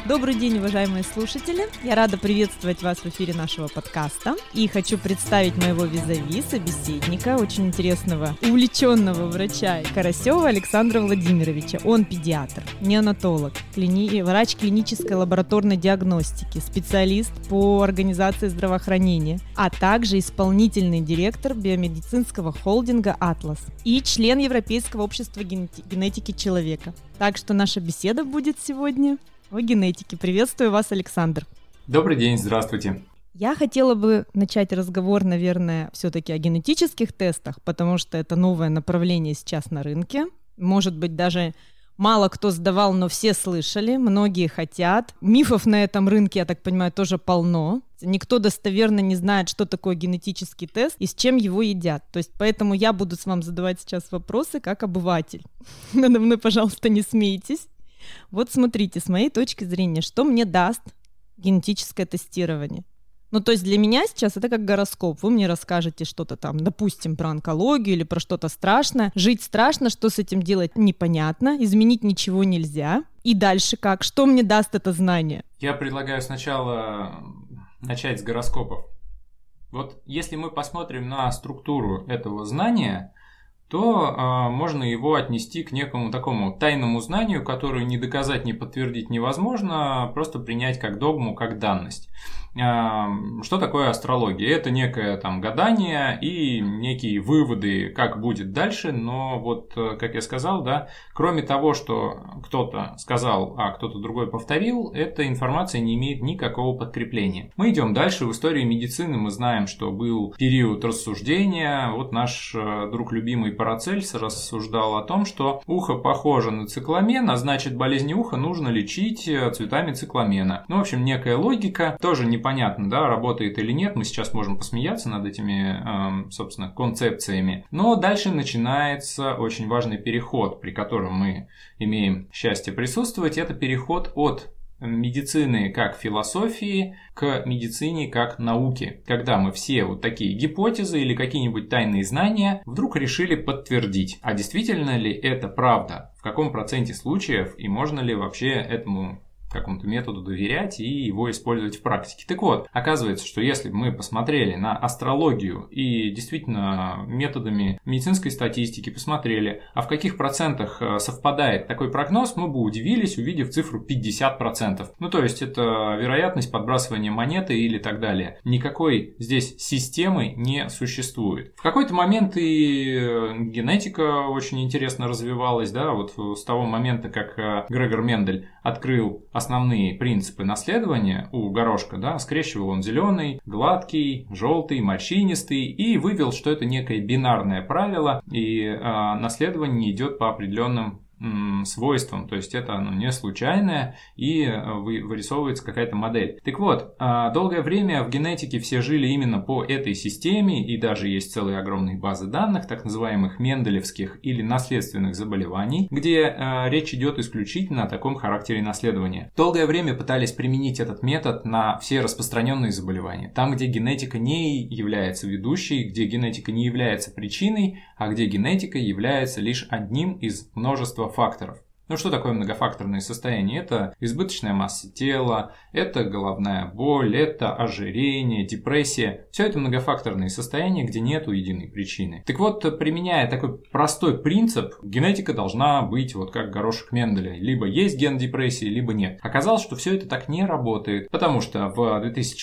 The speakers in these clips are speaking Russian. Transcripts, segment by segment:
Добрый день, уважаемые слушатели! Я рада приветствовать вас в эфире нашего подкаста и хочу представить моего визави, собеседника, очень интересного, увлеченного врача Карасева Александра Владимировича. Он педиатр, неонатолог, врач клинической лабораторной диагностики, специалист по организации здравоохранения, а также исполнительный директор биомедицинского холдинга «Атлас» и член Европейского общества генетики человека. Так что наша беседа будет сегодня о генетике. Приветствую вас, Александр. Добрый день, здравствуйте. Я хотела бы начать разговор, наверное, все-таки о генетических тестах, потому что это новое направление сейчас на рынке. Может быть, даже мало кто сдавал, но все слышали, многие хотят. Мифов на этом рынке, я так понимаю, тоже полно. Никто достоверно не знает, что такое генетический тест и с чем его едят. То есть поэтому я буду с вами задавать сейчас вопросы как обыватель. Надо мной, пожалуйста, не смейтесь. Вот смотрите, с моей точки зрения, что мне даст генетическое тестирование? Ну, то есть для меня сейчас это как гороскоп. Вы мне расскажете что-то там, допустим, про онкологию или про что-то страшное. Жить страшно, что с этим делать непонятно, изменить ничего нельзя. И дальше как? Что мне даст это знание? Я предлагаю сначала начать с гороскопов. Вот если мы посмотрим на структуру этого знания, то можно его отнести к некому такому тайному знанию, которое ни доказать, ни подтвердить невозможно, просто принять как догму, как данность. Что такое астрология? Это некое там гадание и некие выводы, как будет дальше, но вот, как я сказал, да, кроме того, что кто-то сказал, а кто-то другой повторил, эта информация не имеет никакого подкрепления. Мы идем дальше. В истории медицины мы знаем, что был период рассуждения. Вот наш друг любимый Парацельс рассуждал о том, что ухо похоже на цикламен, а значит болезни уха нужно лечить цветами цикламена. Ну, в общем, некая логика, тоже непонятно, да, работает или нет, мы сейчас можем посмеяться над этими, собственно, концепциями. Но дальше начинается очень важный переход, при котором мы имеем счастье присутствовать. Это переход от медицины как философии к медицине как науке, когда мы все вот такие гипотезы или какие-нибудь тайные знания вдруг решили подтвердить. А действительно ли это правда? В каком проценте случаев и можно ли вообще этому какому-то методу доверять и его использовать в практике. Так вот, оказывается, что если бы мы посмотрели на астрологию и действительно методами медицинской статистики посмотрели, а в каких процентах совпадает такой прогноз, мы бы удивились, увидев цифру 50%. Ну, то есть, это вероятность подбрасывания монеты или так далее. Никакой здесь системы не существует. В какой-то момент и генетика очень интересно развивалась, да, вот с того момента, как Грегор Мендель открыл основные принципы наследования у горошка, да, скрещивал он зеленый, гладкий, желтый, морщинистый и вывел, что это некое бинарное правило, и наследование идет по определенным свойствам, то есть это оно не случайное и вырисовывается какая-то модель. Так вот, долгое время в генетике все жили именно по этой системе, и даже есть целые огромные базы данных, так называемых менделевских или наследственных заболеваний, где речь идет исключительно о таком характере наследования. Долгое время пытались применить этот метод на все распространенные заболевания. Там, где генетика не является ведущей, где генетика не является причиной, а где генетика является лишь одним из множества факторов. Ну, что такое многофакторное состояние? Это избыточная масса тела, это головная боль, это ожирение, депрессия. Все это многофакторные состояния, где нету единой причины. Так вот, применяя такой простой принцип, генетика должна быть вот как горошек Менделя. Либо есть ген депрессии, либо нет. Оказалось, что все это так не работает, потому что в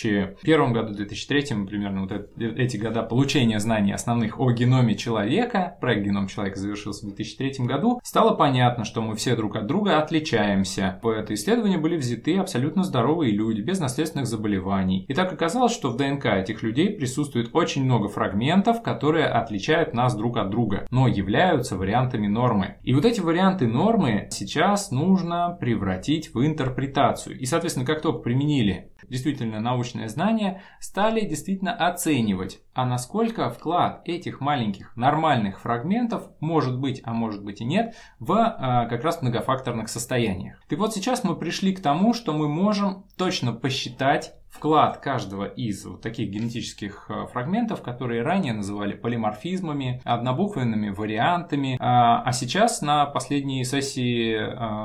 2001 году, 2003 примерно вот эти года получения знаний основных о геноме человека, проект «Геном человека» завершился в 2003 году, стало понятно, что мы все друг от друга отличаемся. В это исследование были взяты абсолютно здоровые люди, без наследственных заболеваний. И так оказалось, что в ДНК этих людей присутствует очень много фрагментов, которые отличают нас друг от друга, но являются вариантами нормы. И вот эти варианты нормы сейчас нужно превратить в интерпретацию. И, соответственно, как только применили действительно научное знание, стали действительно оценивать, а насколько вклад этих маленьких нормальных фрагментов может быть, а может быть и нет, в как раз в многофакторных состояниях. Так вот, сейчас мы пришли к тому, что мы можем точно посчитать вклад каждого из вот таких генетических фрагментов, которые ранее называли полиморфизмами, однобуквенными вариантами. А сейчас на последней сессии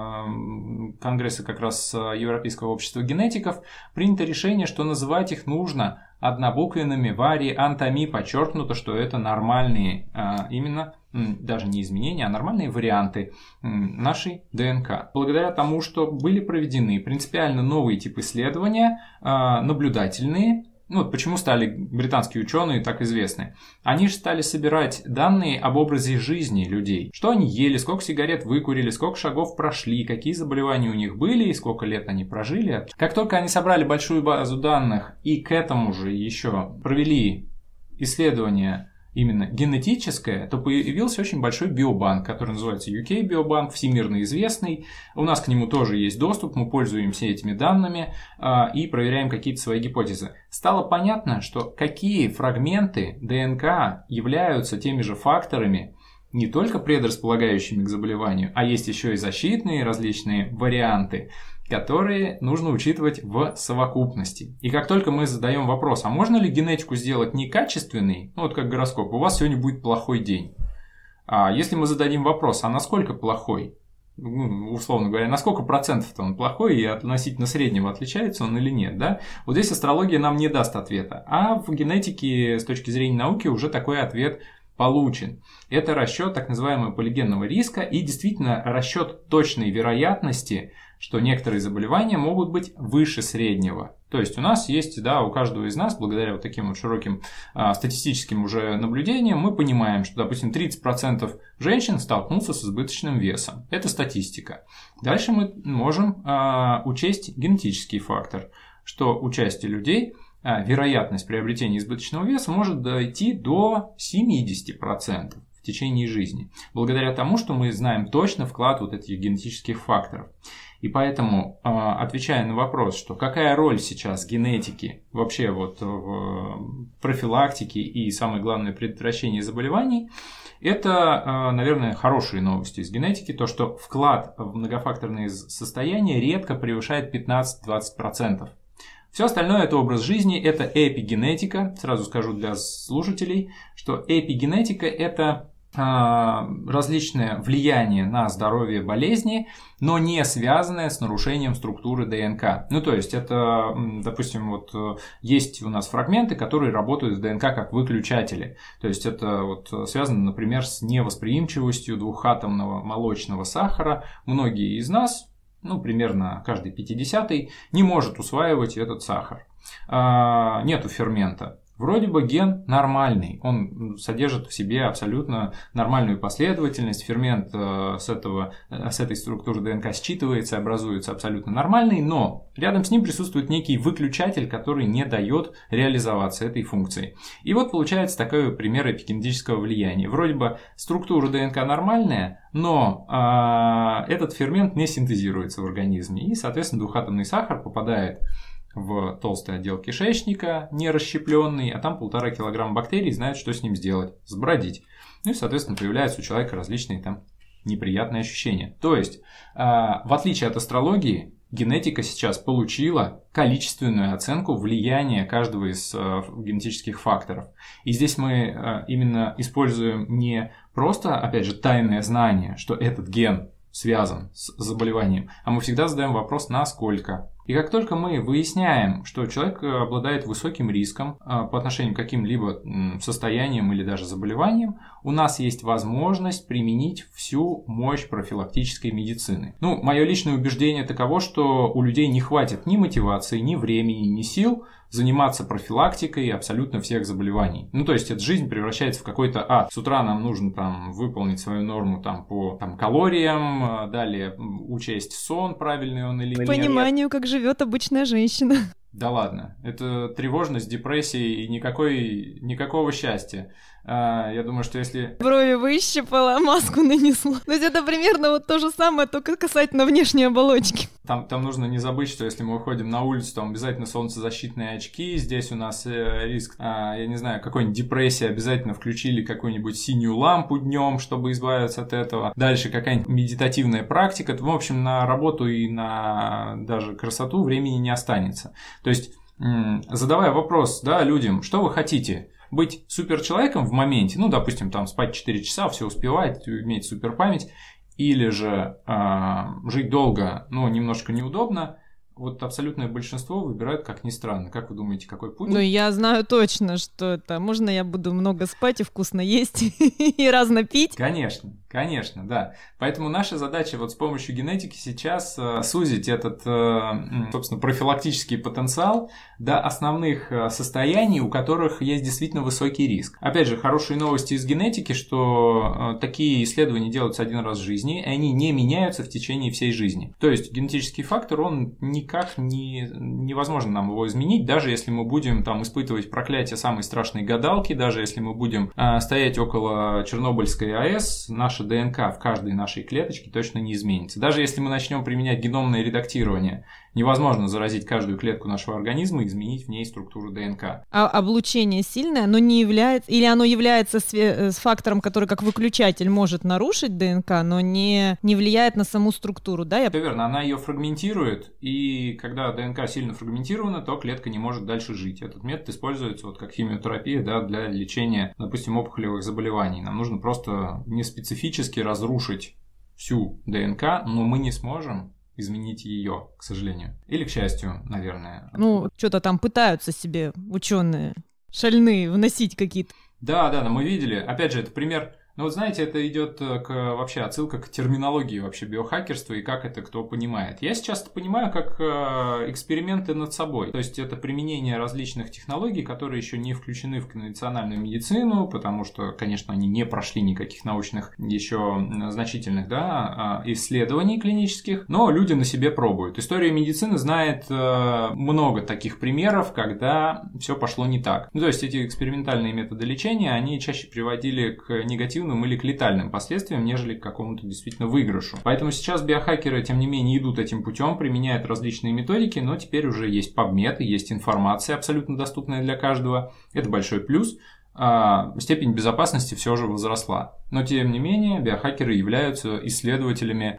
Конгресса как раз Европейского общества генетиков принято решение, что называть их нужно однобуквенными вариантами. Подчеркнуто, что это нормальные именно даже не изменения, а нормальные варианты нашей ДНК. Благодаря тому, что были проведены принципиально новые типы исследования, наблюдательные. Вот почему стали британские ученые так известны. Они же стали собирать данные об образе жизни людей. Что они ели, сколько сигарет выкурили, сколько шагов прошли, какие заболевания у них были и сколько лет они прожили. Как только они собрали большую базу данных и к этому же еще провели исследования именно генетическое, то появился очень большой биобанк, который называется UK биобанк, всемирно известный. У нас к нему тоже есть доступ, мы пользуемся этими данными и проверяем какие-то свои гипотезы. Стало понятно, что какие фрагменты ДНК являются теми же факторами, не только предрасполагающими к заболеванию, а есть еще и защитные различные варианты, которые нужно учитывать в совокупности. И как только мы задаем вопрос, а можно ли генетику сделать некачественной, ну вот как гороскоп, у вас сегодня будет плохой день. А если мы зададим вопрос, а насколько плохой, условно говоря, на сколько процентов-то он плохой и относительно среднего отличается он или нет, да? Вот здесь астрология нам не даст ответа, а в генетике с точки зрения науки уже такой ответ получен. Это расчет так называемого полигенного риска и действительно расчет точной вероятности, что некоторые заболевания могут быть выше среднего. То есть у нас есть, да, у каждого из нас, благодаря вот таким вот широким статистическим уже наблюдениям, мы понимаем, что, допустим, 30% женщин столкнутся с избыточным весом. Это статистика. Дальше мы можем учесть генетический фактор, что у части людей вероятность приобретения избыточного веса может дойти до 70% в течение жизни, благодаря тому, что мы знаем точно вклад вот этих генетических факторов. И поэтому, отвечая на вопрос, что какая роль сейчас генетики вообще вот в профилактике и, самое главное, предотвращении заболеваний, это, наверное, хорошие новости из генетики, то, что вклад в многофакторные состояния редко превышает 15-20%. Все остальное – это образ жизни, это эпигенетика. Сразу скажу для слушателей, что эпигенетика – это различное влияние на здоровье болезни, но не связанное с нарушением структуры ДНК. Ну, то есть, это, допустим, вот есть у нас фрагменты, которые работают в ДНК как выключатели. То есть, это вот связано, например, с невосприимчивостью двухатомного молочного сахара. Многие из нас, ну, примерно каждый 50-й, не может усваивать этот сахар. Нету фермента. Вроде бы ген нормальный, он содержит в себе абсолютно нормальную последовательность, фермент с этой структуры ДНК считывается, образуется абсолютно нормальный, но рядом с ним присутствует некий выключатель, который не дает реализоваться этой функции. И вот получается такой пример эпигенетического влияния. Вроде бы структура ДНК нормальная, но этот фермент не синтезируется в организме, и, соответственно, двухатомный сахар попадает в толстый отдел кишечника, не расщепленный, а там 1,5 килограмма бактерий, знают, что с ним сделать, сбродить. Ну и, соответственно, появляются у человека различные там неприятные ощущения. То есть, в отличие от астрологии, генетика сейчас получила количественную оценку влияния каждого из генетических факторов. И здесь мы именно используем не просто, опять же, тайное знание, что этот ген связан с заболеванием, а мы всегда задаем вопрос «насколько?». И как только мы выясняем, что человек обладает высоким риском по отношению к каким-либо состояниям или даже заболеваниям, у нас есть возможность применить всю мощь профилактической медицины. Ну, мое личное убеждение таково, что у людей не хватит ни мотивации, ни времени, ни сил заниматься профилактикой абсолютно всех заболеваний. Ну, то есть, эта жизнь превращается в какой-то ад. С утра нам нужно там выполнить свою норму там, по калориям, далее учесть сон, правильный он или нет. Пониманию, как живет обычная женщина. Да ладно, это тревожность, депрессия и никакого счастья. Я думаю, что если... Брови выщипала, маску нанесла. То есть это примерно вот то же самое, только касательно внешней оболочки. Там нужно не забыть, что если мы выходим на улицу, там обязательно солнцезащитные очки. Здесь у нас риск, я не знаю, какой-нибудь депрессии. Обязательно включили какую-нибудь синюю лампу днем, чтобы избавиться от этого. Дальше какая-нибудь медитативная практика. В общем, на работу и на даже красоту времени не останется. То есть, задавая вопрос, да, людям, что вы хотите? Быть суперчеловеком в моменте, ну, допустим, там спать 4 часа, все успевать, иметь суперпамять, или же жить долго, но немножко неудобно, вот абсолютное большинство выбирают, как ни странно. Как вы думаете, какой путь? Ну, я знаю точно, что это. Можно я буду много спать и вкусно есть и разно пить? Конечно, да. Поэтому наша задача вот с помощью генетики сейчас сузить этот, собственно, профилактический потенциал до основных состояний, у которых есть действительно высокий риск. Опять же, хорошие новости из генетики, что такие исследования делаются один раз в жизни, и они не меняются в течение всей жизни. То есть генетический фактор, он никак невозможно нам его изменить, даже если мы будем там испытывать проклятие самой страшной гадалки, даже если мы будем стоять около Чернобыльской АЭС, наша ДНК в каждой нашей клеточке точно не изменится. Даже если мы начнем применять геномное редактирование, невозможно заразить каждую клетку нашего организма и изменить в ней структуру ДНК. А облучение сильное, оно не является, или оно является с фактором, который как выключатель может нарушить ДНК, но не влияет на саму структуру, да? Все верно, она ее фрагментирует, и когда ДНК сильно фрагментирована, то клетка не может дальше жить. Этот метод используется вот как химиотерапия, да, для лечения, допустим, опухолевых заболеваний. Нам нужно просто не специфически разрушить всю ДНК, но мы не сможем изменить ее, к сожалению. Или к счастью, наверное. Ну, что-то там пытаются себе ученые шальные вносить какие-то. Да, мы видели. Опять же, это пример. Ну вот знаете, это идет вообще отсылка к терминологии вообще биохакерства и как это кто понимает. Я сейчас это понимаю как эксперименты над собой. То есть это применение различных технологий, которые еще не включены в конвенциональную медицину, потому что, конечно, они не прошли никаких научных еще значительных, да, исследований клинических, но люди на себе пробуют. История медицины знает много таких примеров, когда все пошло не так. Ну, то есть эти экспериментальные методы лечения, они чаще приводили к негативным или к летальным последствиям, нежели к какому-то действительно выигрышу. Поэтому сейчас биохакеры, тем не менее, идут этим путем, применяют различные методики, но теперь уже есть PubMed, есть информация абсолютно доступная для каждого. Это большой плюс. Степень безопасности все же возросла. Но, тем не менее, биохакеры являются исследователями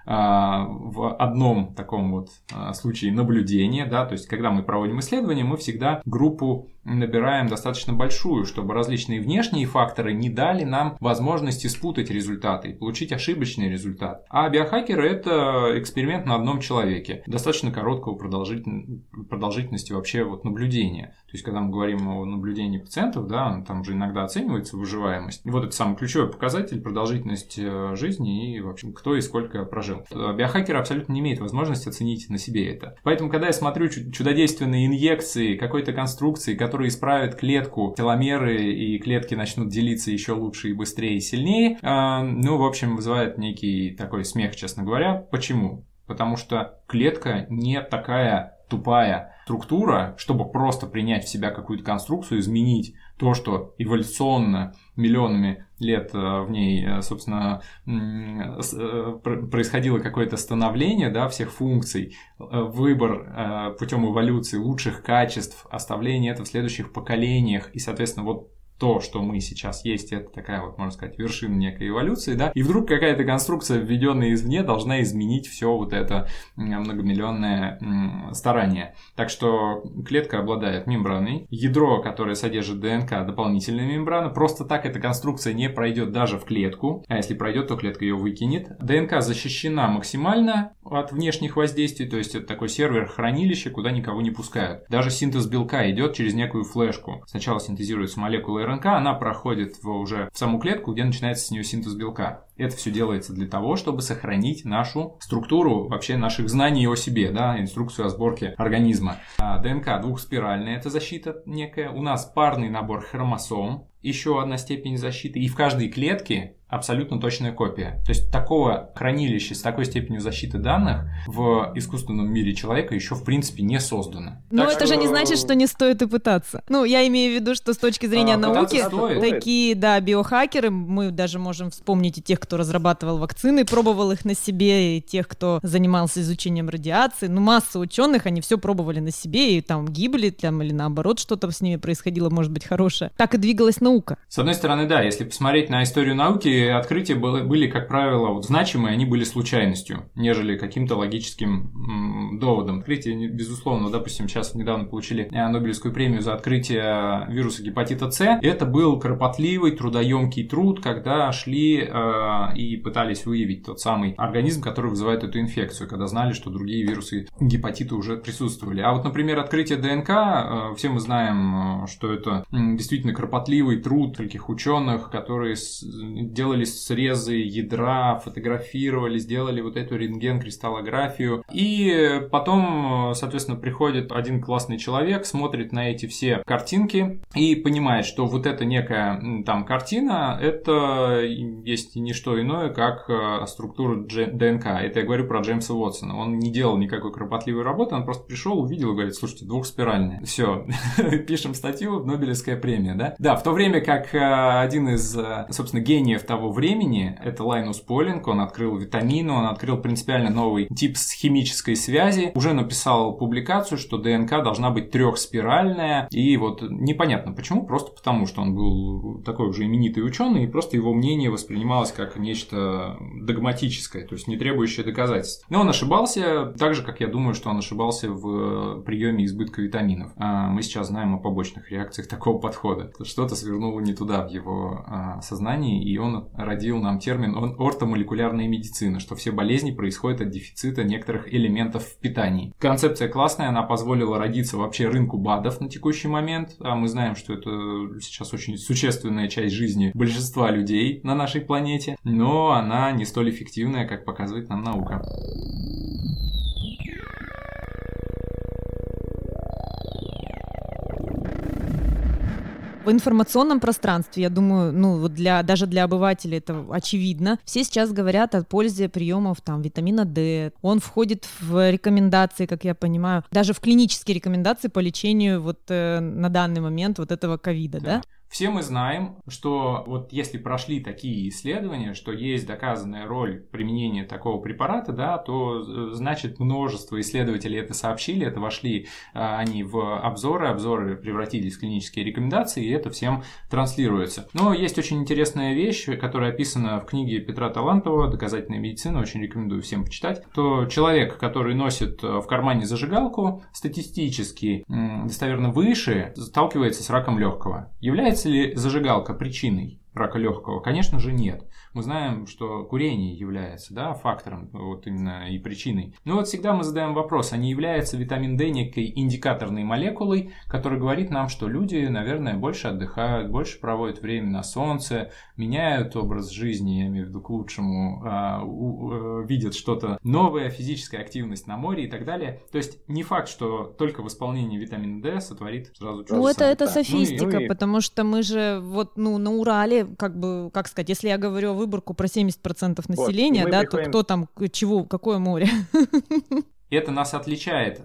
в одном таком вот случае наблюдения. Да? То есть, когда мы проводим исследования, мы всегда группу набираем достаточно большую, чтобы различные внешние факторы не дали нам возможности спутать результаты и получить ошибочный результат. А биохакеры – это эксперимент на одном человеке, достаточно короткого продолжительности вообще вот наблюдения. То есть, когда мы говорим о наблюдении пациентов, да, там же иногда оценивается выживаемость. И вот это самый ключевой показатель – продолжительность жизни и вообще кто и сколько прожил. Биохакеры абсолютно не имеют возможности оценить на себе это. Поэтому, когда я смотрю чудодейственные инъекции какой-то конструкции, которые исправят клетку, теломеры, и клетки начнут делиться еще лучше и быстрее и сильнее, ну, в общем, вызывает некий такой смех, честно говоря. Почему? Потому что клетка не такая тупая структура, чтобы просто принять в себя какую-то конструкцию, изменить то, что эволюционно миллионами лет в ней, собственно, происходило какое-то становление, да, всех функций, выбор путем эволюции лучших качеств, оставление это в следующих поколениях, и, соответственно, вот то, что мы сейчас есть, это такая вот, можно сказать, вершина некой эволюции, да, и вдруг какая-то конструкция, введенная извне, должна изменить все вот это многомиллионное старание. Так что клетка обладает мембраной, ядро, которое содержит ДНК, дополнительная мембрана, просто так эта конструкция не пройдет даже в клетку, а если пройдет, то клетка ее выкинет. ДНК защищена максимально от внешних воздействий, то есть это такой сервер-хранилище, куда никого не пускают. Даже синтез белка идет через некую флешку. Сначала синтезируется молекула РНК, она проходит уже в саму клетку, где начинается с нее синтез белка. Это все делается для того, чтобы сохранить нашу структуру, вообще наших знаний о себе, да, инструкцию о сборке организма. ДНК двухспиральная, это защита некая. У нас парный набор хромосом, еще одна степень защиты. И в каждой клетке абсолютно точная копия. То есть такого хранилища с такой степенью защиты данных в искусственном мире человека еще в принципе не создано. Но это же не значит, что не стоит и пытаться. Ну, я имею в виду, что с точки зрения науки такие, да, биохакеры, мы даже можем вспомнить и тех, кто разрабатывал вакцины, пробовал их на себе, и тех, кто занимался изучением радиации. Ну, масса ученых, они все пробовали на себе, и там гибли, там, или наоборот, что-то с ними происходило, может быть, хорошее. Так и двигалась наука. С одной стороны, да, если посмотреть на историю науки, открытия были, как правило, вот значимые, они были случайностью, нежели каким-то логическим доводом. Открытие, безусловно, допустим, сейчас недавно получили Нобелевскую премию за открытие вируса гепатита С. Это был кропотливый, трудоемкий труд, когда шли и пытались выявить тот самый организм, который вызывает эту инфекцию, когда знали, что другие вирусы гепатита уже присутствовали. А вот, например, открытие ДНК, все мы знаем, что это действительно кропотливый труд таких ученых, которые делали срезы ядра, фотографировали, сделали вот эту рентген-кристаллографию. И потом, соответственно, приходит один классный человек, смотрит на эти все картинки и понимает, что вот эта некая там картина, это есть не что иное, как структура ДНК. Это я говорю про Джеймса Уотсона. Он не делал никакой кропотливой работы, он просто пришел, увидел и говорит: слушайте, двухспиральная. Все, пишем статью, Нобелевская премия, да? Да, в то время как один из, собственно, гениев того времени, это Лайнус Полинг, он открыл витамины, он открыл принципиально новый тип химической связи, уже написал публикацию, что ДНК должна быть трехспиральная, и вот непонятно почему, просто потому, что он был такой уже именитый ученый, и просто его мнение воспринималось как нечто догматическое, то есть не требующее доказательств. Но он ошибался, так же, как я думаю, что он ошибался в приеме избытка витаминов. Мы сейчас знаем о побочных реакциях такого подхода. Что-то свернуло не туда в его сознании, и он родил нам термин ортомолекулярная медицина, что все болезни происходят от дефицита некоторых элементов в питании. Концепция классная, она позволила родиться вообще рынку БАДов на текущий момент, а мы знаем, что это сейчас очень существенная часть жизни большинства людей на нашей планете, но она не столь эффективная, как показывает нам наука. В информационном пространстве, я думаю, ну вот даже для обывателей это очевидно. Все сейчас говорят о пользе приемов там витамина D. Он входит в рекомендации, как я понимаю, даже в клинические рекомендации по лечению вот на данный момент вот этого ковида, да? Все мы знаем, что вот если прошли такие исследования, что есть доказанная роль применения такого препарата, да, то значит множество исследователей это сообщили, это вошли они в обзоры превратились в клинические рекомендации, и это всем транслируется. Но есть очень интересная вещь, которая описана в книге Петра Талантова «Доказательная медицина», очень рекомендую всем почитать. То человек, который носит в кармане зажигалку, статистически достоверно выше сталкивается с раком легкого. Является ли зажигалка причиной рака легкого? Конечно же, нет. Мы знаем, что курение является, да, фактором вот именно и причиной. Но вот всегда мы задаем вопрос, а не является витамин D некой индикаторной молекулой, которая говорит нам, что люди, наверное, больше отдыхают, больше проводят время на солнце, меняют образ жизни, я имею в виду к лучшему, видят что-то новое, физическая активность на море и так далее. То есть не факт, что только восполнение витамина D сотворит сразу что-то. Ну это софистика, потому что мы же вот на Урале, как сказать, если я говорю о выборку про 70% населения, вот, да, то кто там, чего, какое море? Это нас отличает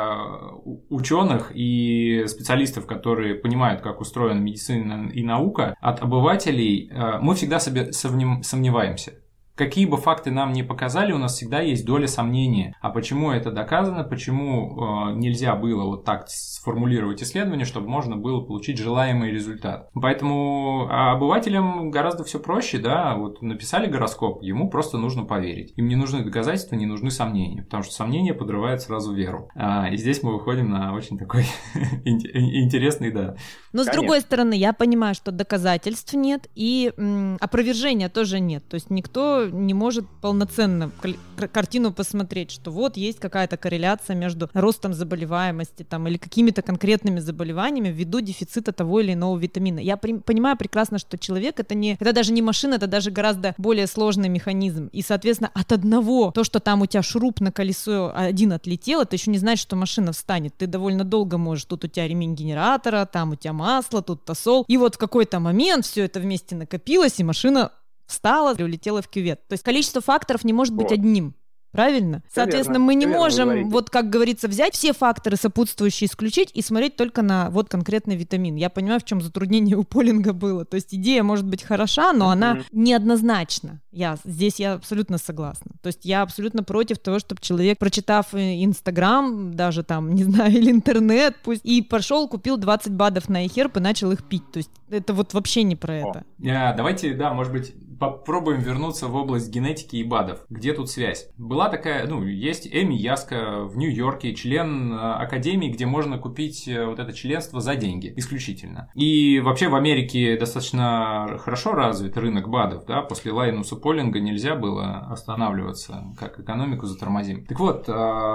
ученых и специалистов, которые понимают, как устроена медицина и наука, от обывателей. Мы всегда сомневаемся. Какие бы факты нам ни показали, у нас всегда есть доля сомнения. А почему это доказано, почему нельзя было вот так сформулировать исследование, чтобы можно было получить желаемый результат. Поэтому обывателям гораздо все проще, да, вот написали гороскоп, ему просто нужно поверить. Им не нужны доказательства, не нужны сомнения, потому что сомнения подрывают сразу веру. И здесь мы выходим на очень такой интересный, да. Но с другой стороны, я понимаю, что доказательств нет и опровержения тоже нет. То есть никто не может полноценно картину посмотреть, что вот есть какая-то корреляция между ростом заболеваемости там, или какими-то конкретными заболеваниями ввиду дефицита того или иного витамина. Я понимаю прекрасно, что человек это даже не машина, это даже гораздо более сложный механизм. И, соответственно, от одного, то, что там у тебя шуруп на колесо один отлетел, это еще не значит, что машина встанет. Ты довольно долго можешь. Тут у тебя ремень генератора, там у тебя масло, тут тосол. И вот в какой-то момент все это вместе накопилось, и машина встала и улетела в кювет. То есть количество факторов не может быть одним. Правильно? Соответственно, мы не можем, вот как говорится, взять все факторы сопутствующие, исключить и смотреть только на вот конкретный витамин. Я понимаю, в чем затруднение у Полинга было. То есть идея может быть хороша, но она неоднозначна. Здесь я абсолютно согласна. То есть я абсолютно против того, чтобы человек, прочитав Инстаграм, даже там, не знаю, или интернет, пусть, и пошел, купил 20 БАДов на iHerb и начал их пить. То есть это вот вообще не про это. Давайте, может быть, попробуем вернуться в область генетики и БАДов. Где тут связь? Была такая, есть Эми Яска в Нью-Йорке, член академии, где можно купить вот это членство за деньги, исключительно. И вообще в Америке достаточно хорошо развит рынок БАДов, да, после Лайнуса Полинга нельзя было останавливаться, как экономику затормозим. Так вот,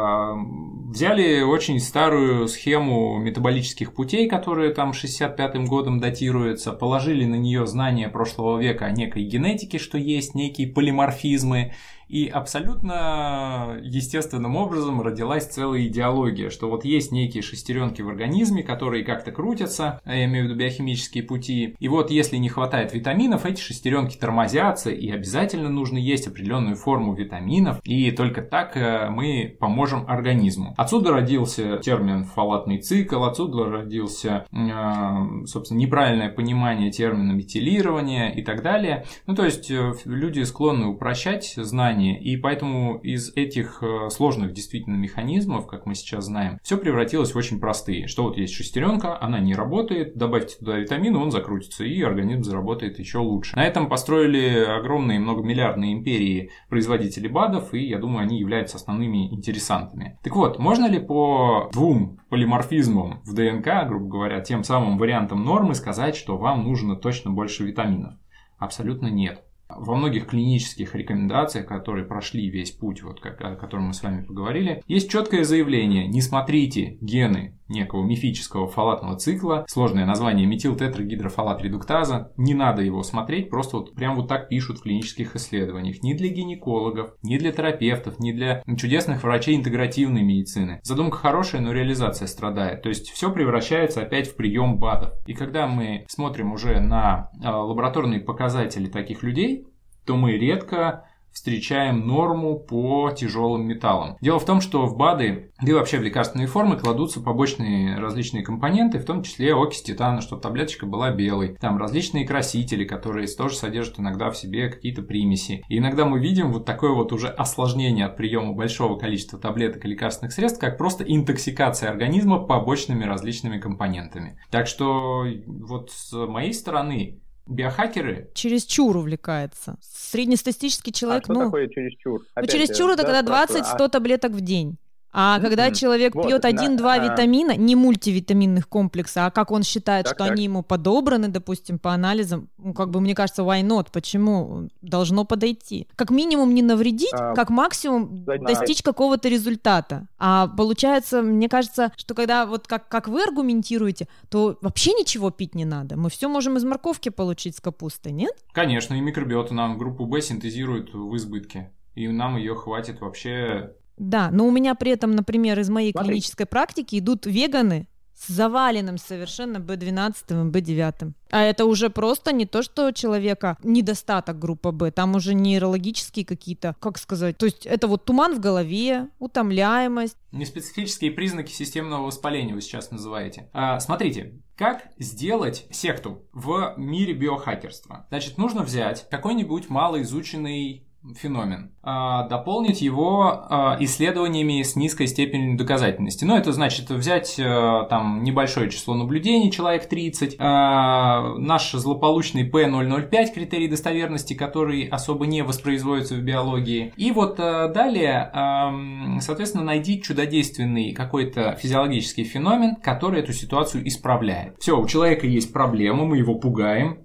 взяли очень старую схему метаболических путей, которые там 65-м годом датируются, положили на нее знания прошлого века о некой генетике, что есть некие полиморфизмы, и абсолютно естественным образом родилась целая идеология, что вот есть некие шестеренки в организме, которые как-то крутятся, я имею в виду биохимические пути, и вот если не хватает витаминов, эти шестеренки тормозятся, и обязательно нужно есть определенную форму витаминов, и только так мы поможем организму. Отсюда родился термин фолатный цикл, отсюда родился, собственно, неправильное понимание термина метилирование и так далее. То есть люди склонны упрощать знания, и поэтому из этих сложных действительно механизмов, как мы сейчас знаем, все превратилось в очень простые. Что вот есть шестеренка, она не работает, добавьте туда витамины, он закрутится, и организм заработает еще лучше. На этом построили огромные многомиллиардные империи производителей БАДов, и я думаю, они являются основными интересантами. Так вот, можно ли по двум полиморфизмам в ДНК, грубо говоря, тем самым вариантам нормы сказать, что вам нужно точно больше витаминов? Абсолютно нет. Во многих клинических рекомендациях, которые прошли весь путь, вот, о котором мы с вами поговорили, есть четкое заявление: не смотрите гены некого мифического фолатного цикла, сложное название метилтетрагидрофолат редуктаза, не надо его смотреть, просто вот прям вот так пишут в клинических исследованиях. Ни для гинекологов, ни для терапевтов, ни для чудесных врачей интегративной медицины. Задумка хорошая, но реализация страдает. То есть все превращается опять в прием БАДов. И когда мы смотрим уже на лабораторные показатели таких людей, то мы редко встречаем норму по тяжелым металлам. Дело в том, что в БАДы, да и вообще в лекарственные формы кладутся побочные различные компоненты, в том числе окись титана, чтобы таблеточка была белой. Там различные красители, которые тоже содержат иногда в себе какие-то примеси. И иногда мы видим вот такое вот уже осложнение от приема большого количества таблеток и лекарственных средств, как просто интоксикация организма побочными различными компонентами. Так что вот с моей стороны биохакеры чересчур увлекается. Среднестатистический человек, что такое чересчур? Чересчур это когда 20-100 таблеток в день. А когда человек пьет 1-2 витамина, не мультивитаминных комплекса, а как он считает, что они ему подобраны, допустим, по анализам, мне кажется, why not? Почему? Должно подойти. Как минимум не навредить, как максимум достичь какого-то результата. А получается, мне кажется, что когда вот как вы аргументируете, то вообще ничего пить не надо. Мы все можем из морковки получить с капустой, нет? Конечно, и микробиота нам группу В синтезируют в избытке. И нам ее хватит вообще... Да, но у меня при этом, например, из моей клинической практики идут веганы с заваленным совершенно B12 и B9. А это уже просто не то, что у человека недостаток группы Б, там уже нейрологические какие-то, как сказать, то есть это вот туман в голове, утомляемость. Неспецифические признаки системного воспаления вы сейчас называете. Смотрите, как сделать секту в мире биохакерства? Значит, нужно взять какой-нибудь малоизученный феномен, дополнить его исследованиями с низкой степенью доказательности. Это значит взять там небольшое число наблюдений, человек 30, наш злополучный P005, критерий достоверности, который особо не воспроизводится в биологии. И вот далее, соответственно, найди чудодейственный какой-то физиологический феномен, который эту ситуацию исправляет. Все, у человека есть проблема, мы его пугаем.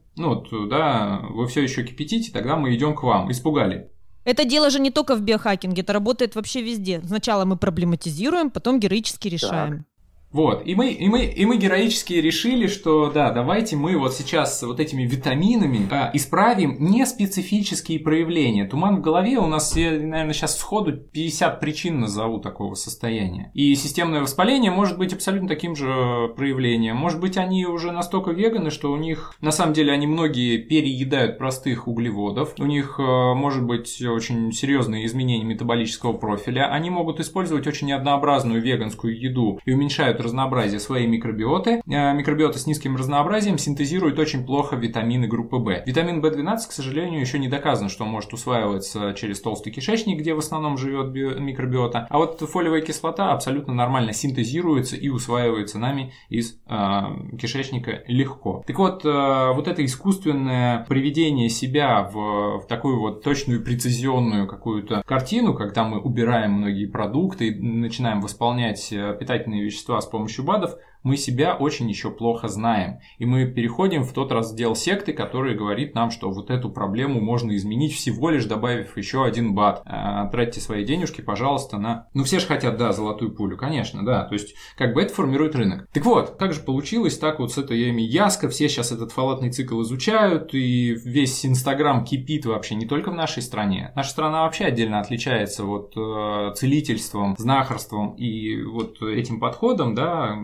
Вы все еще кипятите, тогда мы идем к вам. Испугали. Это дело же не только в биохакинге, это работает вообще везде. Сначала мы проблематизируем, потом героически решаем. Вот, и мы героически решили, что да, давайте мы вот сейчас вот этими витаминами исправим неспецифические проявления. Туман в голове у нас, я, наверное, сейчас сходу 50 причин назову такого состояния. И системное воспаление может быть абсолютно таким же проявлением. Может быть, они уже настолько веганы, что у них, на самом деле, они многие переедают простых углеводов. У них может быть очень серьезные изменения метаболического профиля. Они могут использовать очень неоднообразную веганскую еду и уменьшают разнообразие своей микробиоты. Микробиота с низким разнообразием синтезирует очень плохо витамины группы В. Витамин В12, к сожалению, еще не доказано, что он может усваиваться через толстый кишечник, где в основном живет микробиота. А вот фолиевая кислота абсолютно нормально синтезируется и усваивается нами из кишечника легко. Так вот, вот это искусственное приведение себя в такую вот точную, прецизионную какую-то картину, когда мы убираем многие продукты и начинаем восполнять питательные вещества с помощью БАДов, мы себя очень еще плохо знаем. И мы переходим в тот раздел секты, который говорит нам, что вот эту проблему можно изменить, всего лишь добавив еще один БАД. Тратьте свои денежки, пожалуйста, на... Ну, все же хотят, да, золотую пулю, конечно, да. То есть, как бы это формирует рынок. Так вот, как же получилось так вот с этой Яской? Все сейчас этот фалатный цикл изучают, и весь Инстаграм кипит вообще не только в нашей стране. Наша страна вообще отдельно отличается вот целительством, знахарством и вот этим подходом, да.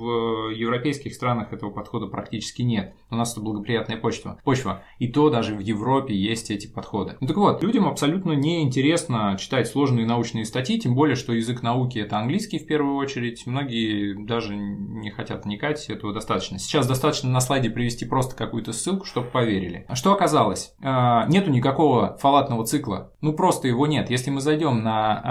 В европейских странах этого подхода практически нет. У нас это благоприятная почва. И то даже в Европе есть эти подходы. Ну так вот, людям абсолютно неинтересно читать сложные научные статьи, тем более, что язык науки это английский в первую очередь. Многие даже не хотят вникать, этого достаточно. Сейчас достаточно на слайде привести просто какую-то ссылку, чтобы поверили. А что оказалось? Нету никакого фалатного цикла. Ну просто его нет. Если мы зайдем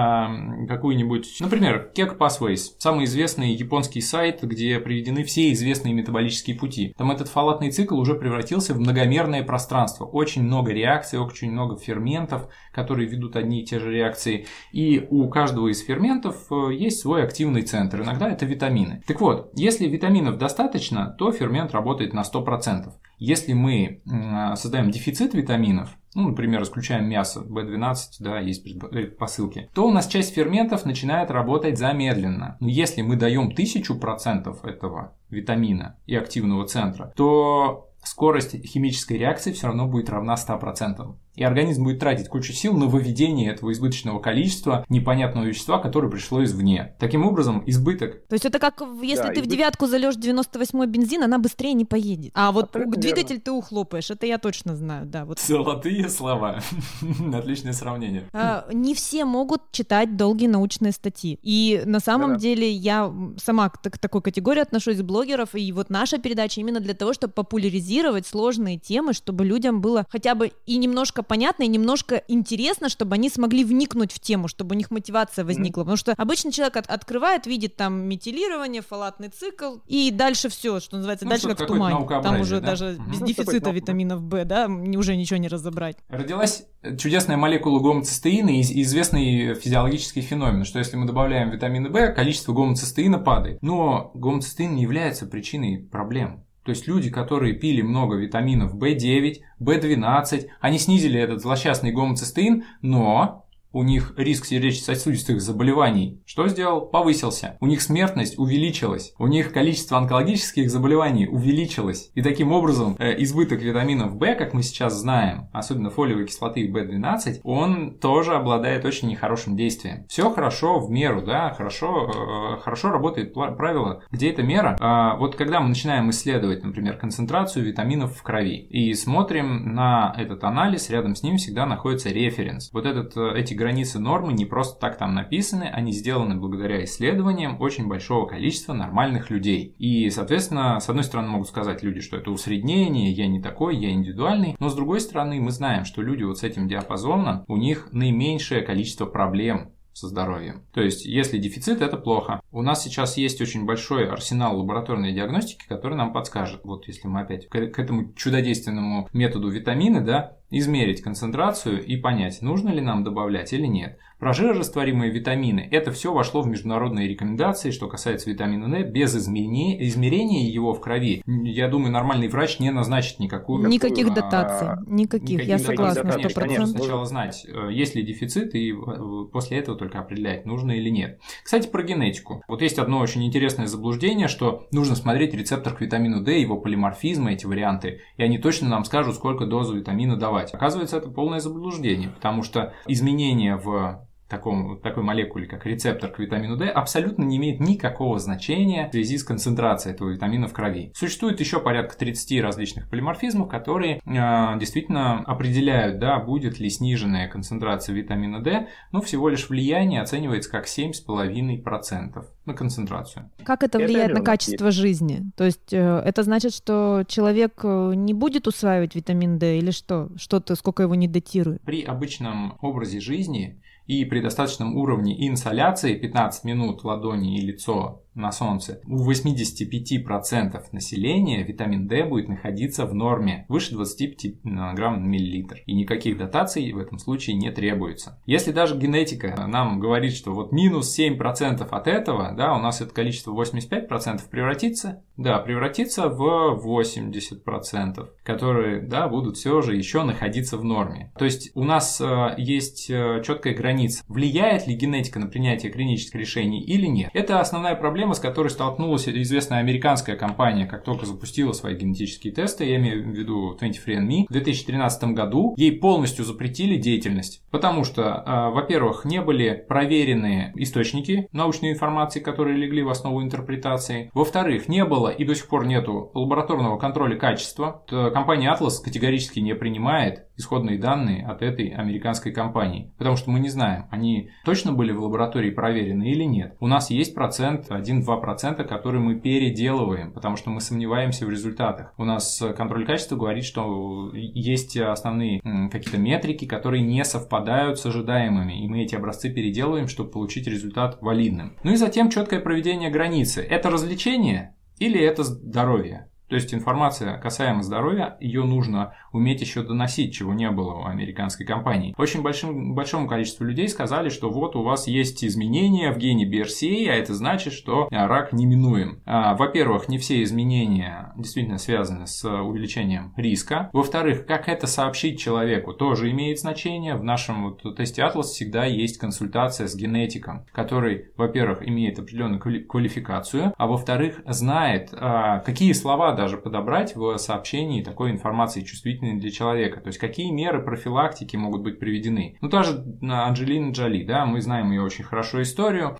на какую-нибудь, например, Cake Pathways, самый известный японский сайт, где приведены все известные метаболические пути. Там этот фалатный цикл уже превратился в многомерное пространство. Очень много реакций, очень много ферментов, которые ведут одни и те же реакции. И у каждого из ферментов есть свой активный центр. Иногда это витамины. Так вот, если витаминов достаточно, то фермент работает на 100%. Если мы создаем дефицит витаминов, ну, например, исключаем мясо, B12, да, есть посылки, то у нас часть ферментов начинает работать замедленно. Но если мы даем 1000% этого витамина и активного центра, то скорость химической реакции все равно будет равна 100%. И организм будет тратить кучу сил на выведение этого избыточного количества непонятного вещества, которое пришло извне. Таким образом, избыток... То есть это как, если ты в девятку зальешь 98-й бензин, она быстрее не поедет. А вот двигатель ты ухлопаешь, это я точно знаю. Да, вот. Золотые слова. Отличное сравнение. Не все могут читать долгие научные статьи. И на самом деле я сама к такой категории отношусь блогеров, и вот наша передача именно для того, чтобы популяризировать сложные темы, чтобы людям было хотя бы и немножко понятно, и немножко интересно, чтобы они смогли вникнуть в тему, чтобы у них мотивация возникла. Потому что обычно человек открывает, видит там метилирование, фалатный цикл, и дальше все, что называется, дальше как в тумане. Там уже даже без дефицита витаминов В, да, уже ничего не разобрать. Родилась чудесная молекула гомоцистеина и известный физиологический феномен, что если мы добавляем витамины В, количество гомоцистеина падает. Но гомоцистеин не является причиной проблем. То есть люди, которые пили много витаминов В9, В12, они снизили этот злосчастный гомоцистеин, но у них риск сердечно-сосудистых заболеваний что сделал? Повысился. У них смертность увеличилась. У них количество онкологических заболеваний увеличилось. И таким образом избыток витаминов В, как мы сейчас знаем, особенно фолиевой кислоты В12, он тоже обладает очень нехорошим действием. Все хорошо в меру, да, хорошо работает правило, где эта мера. Вот когда мы начинаем исследовать, например, концентрацию витаминов в крови и смотрим на этот анализ, рядом с ним всегда находится референс. Вот эти границы нормы не просто так там написаны, они сделаны благодаря исследованиям очень большого количества нормальных людей. И, соответственно, с одной стороны могут сказать люди, что это усреднение, я не такой, я индивидуальный, но с другой стороны мы знаем, что люди вот с этим диапазоном, у них наименьшее количество проблем со здоровьем. То есть, если дефицит, это плохо. У нас сейчас есть очень большой арсенал лабораторной диагностики, который нам подскажет, вот если мы опять к этому чудодейственному методу витамины, да, измерить концентрацию и понять, нужно ли нам добавлять или нет. Про жирорастворимые витамины – это все вошло в международные рекомендации, что касается витамина D, без измерения его в крови. Я думаю, нормальный врач не назначит никаких дотаций. Никаких, я согласна, 100%. Сначала знать, есть ли дефицит, и после этого только определять, нужно или нет. Кстати, про генетику. Вот есть одно очень интересное заблуждение, что нужно смотреть рецептор к витамину D, его полиморфизмы, эти варианты, и они точно нам скажут, сколько дозу витамина давать. Оказывается, это полное заблуждение, потому что изменения в такой молекуле, как рецептор к витамину D, абсолютно не имеет никакого значения в связи с концентрацией этого витамина в крови. Существует еще порядка 30 различных полиморфизмов, которые действительно определяют, да, будет ли сниженная концентрация витамина D, но всего лишь влияние оценивается как 7,5% на концентрацию. Как это влияет на качество жизни? То есть это значит, что человек не будет усваивать витамин D или что? Что-то, сколько его не датирует? При обычном образе жизни и при достаточном уровне инсоляции 15 минут ладони и лицо на солнце, у 85% населения витамин D будет находиться в норме выше 25 грамм на миллилитр. И никаких дотаций в этом случае не требуется. Если даже генетика нам говорит, что вот минус 7% от этого, да, у нас это количество 85% превратится в 80%, которые, да, будут все же еще находиться в норме. То есть у нас есть четкая граница. Влияет ли генетика на принятие клинических решений или нет? Это основная проблема, с которой столкнулась известная американская компания, как только запустила свои генетические тесты, я имею в виду 23andMe, в 2013 году ей полностью запретили деятельность, потому что, во-первых, не были проверены источники научной информации, которые легли в основу интерпретации, во-вторых, не было и до сих пор нету лабораторного контроля качества. Компания Atlas категорически не принимает исходные данные от этой американской компании, потому что мы не знаем, они точно были в лаборатории проверены или нет. У нас есть 1-2%, которые мы переделываем, потому что мы сомневаемся в результатах. У нас контроль качества говорит, что есть основные какие-то метрики, которые не совпадают с ожидаемыми, и мы эти образцы переделываем, чтобы получить результат валидным. Ну и затем четкое проведение границы. Это развлечение или это здоровье? То есть информация касаемо здоровья, ее нужно уметь еще доносить, чего не было у американской компании. Очень большому количеству людей сказали, что вот у вас есть изменения в гене BRCA, а это значит, что рак неминуем. Во-первых, не все изменения действительно связаны с увеличением риска. Во-вторых, как это сообщить человеку, тоже имеет значение. В нашем тесте Atlas всегда есть консультация с генетиком, который, во-первых, имеет определенную квалификацию, а во-вторых, знает, какие слова даже подобрать в сообщении такой информации чувствительной для человека. То есть, какие меры профилактики могут быть приведены. Ну, та же Анджелина Джоли, да, мы знаем ее очень хорошо историю.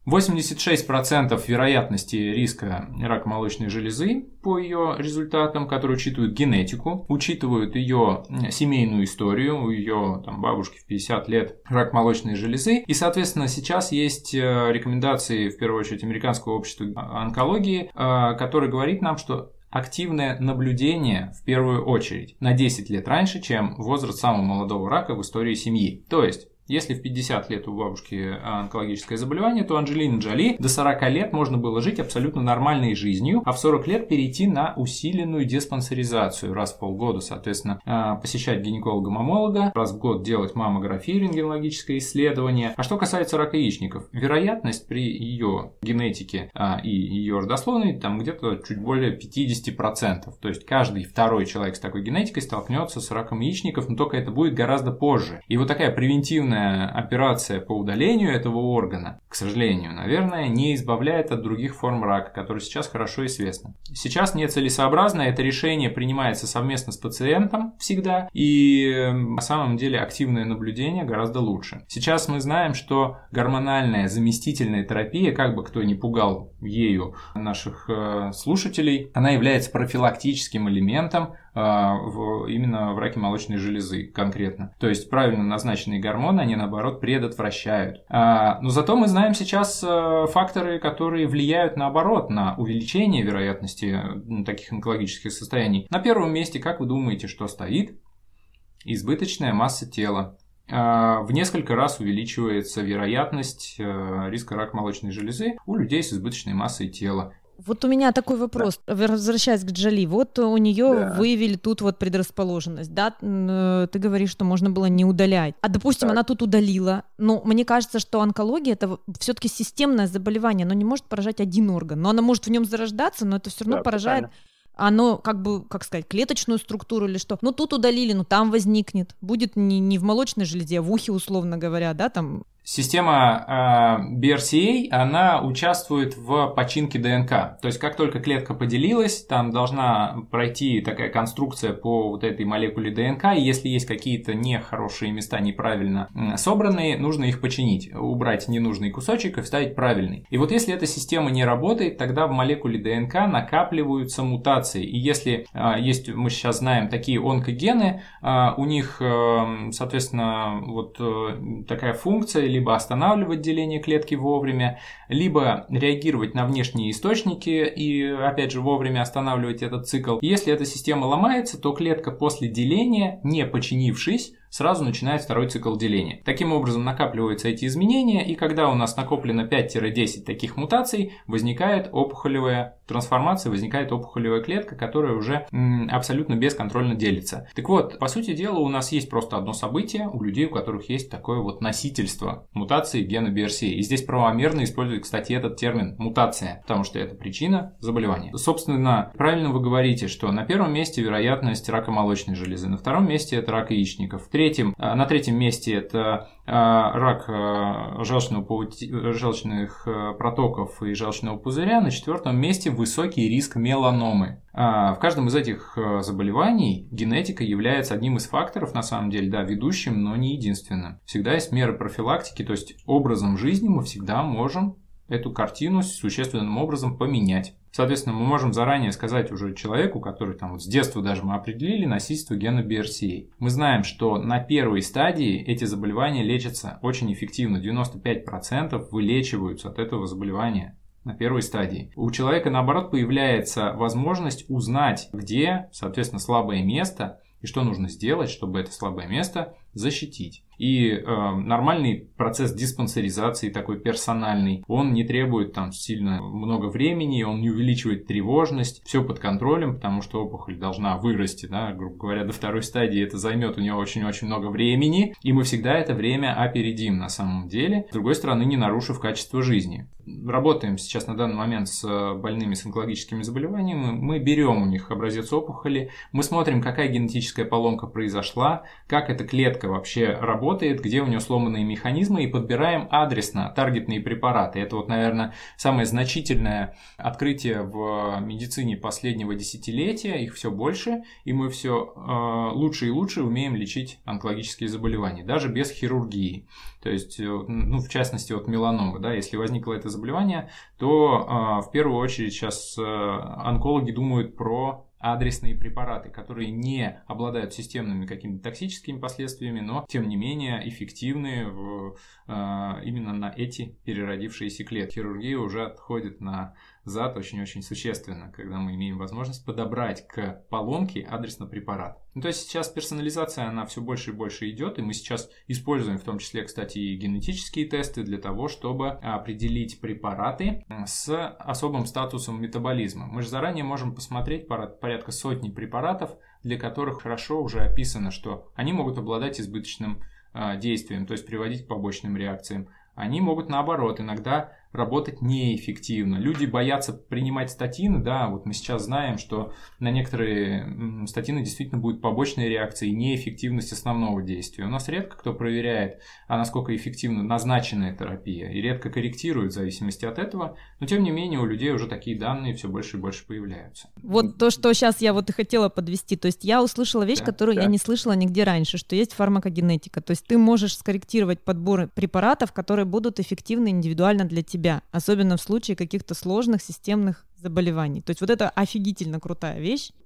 86% вероятности риска рака молочной железы по ее результатам, которые учитывают генетику, учитывают ее семейную историю, у ее там, бабушки в 50 лет рак молочной железы. И, соответственно, сейчас есть рекомендации, в первую очередь, Американского общества онкологии, которое говорит нам, что активное наблюдение в первую очередь на 10 лет раньше, чем возраст самого молодого рака в истории семьи. То есть, если в 50 лет у бабушки онкологическое заболевание, то Анджелине Джоли до 40 лет можно было жить абсолютно нормальной жизнью, а в 40 лет перейти на усиленную диспансеризацию раз в полгода, соответственно, посещать гинеколога-мамолога, раз в год делать маммографию, рентгенологическое исследование. А что касается рака яичников, вероятность при ее генетике и ее родословной там где-то чуть более 50%. То есть каждый второй человек с такой генетикой столкнется с раком яичников, но только это будет гораздо позже. И вот такая превентивная операция по удалению этого органа, к сожалению, наверное, не избавляет от других форм рака, которые сейчас хорошо известны. Сейчас нецелесообразно, это решение принимается совместно с пациентом всегда, и на самом деле активное наблюдение гораздо лучше. Сейчас мы знаем, что гормональная заместительная терапия, как бы кто ни пугал ею наших слушателей, она является профилактическим элементом именно в раке молочной железы конкретно. То есть правильно назначенные гормоны, они наоборот предотвращают. Но зато мы знаем сейчас факторы, которые влияют наоборот на увеличение вероятности таких онкологических состояний. На первом месте, как вы думаете, что стоит? Избыточная масса тела. В несколько раз увеличивается вероятность риска рака молочной железы у людей с избыточной массой тела. Вот у меня такой вопрос, возвращаясь к Джоли. Вот у нее выявили тут вот предрасположенность, да? Ты говоришь, что можно было не удалять. А, допустим, она тут удалила. Но мне кажется, что онкология — это все-таки системное заболевание. Оно не может поражать один орган. Но она может в нем зарождаться, но это все равно поражает... Оно, как бы, как сказать, клеточную структуру или что. Ну, тут удалили, ну, там возникнет. Будет не в молочной железе, а в ухе, условно говоря, да, там... Система BRCA, она участвует в починке ДНК. То есть, как только клетка поделилась, там должна пройти такая конструкция по вот этой молекуле ДНК, и если есть какие-то нехорошие места, неправильно собранные, нужно их починить, убрать ненужный кусочек и вставить правильный. И вот если эта система не работает, тогда в молекуле ДНК накапливаются мутации. И если есть, мы сейчас знаем, такие онкогены, у них, соответственно, вот такая функция, либо останавливать деление клетки вовремя, либо реагировать на внешние источники и, опять же, вовремя останавливать этот цикл. Если эта система ломается, то клетка после деления, не починившись, сразу начинает второй цикл деления. Таким образом накапливаются эти изменения, и когда у нас накоплено 5-10 таких мутаций, возникает опухолевая трансформация, возникает опухолевая клетка, которая уже абсолютно бесконтрольно делится. Так вот, по сути дела, у нас есть просто одно событие у людей, у которых есть такое вот носительство мутации гена BRCA. И здесь правомерно использовать, кстати, этот термин мутация, потому что это причина заболевания. Собственно, правильно вы говорите, что на первом месте вероятность рака молочной железы, на втором месте это рак яичников, на третьем месте это рак желчных протоков и желчного пузыря, на четвертом месте высокий риск меланомы. В каждом из этих заболеваний генетика является одним из факторов, на самом деле, да, ведущим, но не единственным. Всегда есть меры профилактики, то есть образом жизни мы всегда можем эту картину существенным образом поменять. Соответственно, мы можем заранее сказать уже человеку, который там вот с детства даже мы определили носительство гена BRCA. Мы знаем, что на первой стадии эти заболевания лечатся очень эффективно. 95% вылечиваются от этого заболевания на первой стадии. У человека, наоборот, появляется возможность узнать, где, соответственно, слабое место и что нужно сделать, чтобы это слабое место защитить. И нормальный процесс диспансеризации, такой персональный, он не требует там сильно много времени, он не увеличивает тревожность, все под контролем, потому что опухоль должна вырасти, да, грубо говоря, до второй стадии это займет у нее очень-очень много времени, и мы всегда это время опередим на самом деле, с другой стороны, не нарушив качество жизни. Работаем сейчас на данный момент с больными с онкологическими заболеваниями, мы берем у них образец опухоли, мы смотрим, какая генетическая поломка произошла, как эта клетка вообще работает, где у нее сломанные механизмы, и подбираем адресно таргетные препараты. Это вот, наверное, самое значительное открытие в медицине последнего десятилетия, их все больше, и мы все лучше и лучше умеем лечить онкологические заболевания, даже без хирургии. То есть, ну, в частности, вот меланома, да, если возникло это заболевание, то в первую очередь сейчас онкологи думают про адресные препараты, которые не обладают системными какими-то токсическими последствиями, но, тем не менее, эффективны именно на эти переродившиеся клетки. Хирургия уже отходит назад очень-очень существенно, когда мы имеем возможность подобрать к поломке адресный препарат. Ну, то есть сейчас персонализация, она все больше и больше идет, и мы сейчас используем в том числе, кстати, и генетические тесты для того, чтобы определить препараты с особым статусом метаболизма. Мы же заранее можем посмотреть порядка сотни препаратов, для которых хорошо уже описано, что они могут обладать избыточным действием, то есть приводить к побочным реакциям. Они могут, наоборот, иногда работать неэффективно. Люди боятся принимать статины, да, вот мы сейчас знаем, что на некоторые статины действительно будут побочные реакции и неэффективность основного действия. У нас редко кто проверяет, насколько эффективна назначенная терапия, и редко корректирует в зависимости от этого, но тем не менее у людей уже такие данные все больше и больше появляются. Вот то, что сейчас я вот и хотела подвести, то есть я услышала вещь, которую я не слышала нигде раньше, что есть фармакогенетика, то есть ты можешь скорректировать подбор препаратов, которые будут эффективны индивидуально для тебя, особенно в случае каких-то сложных системных заболеваний. То есть вот это офигительно крутая вещь.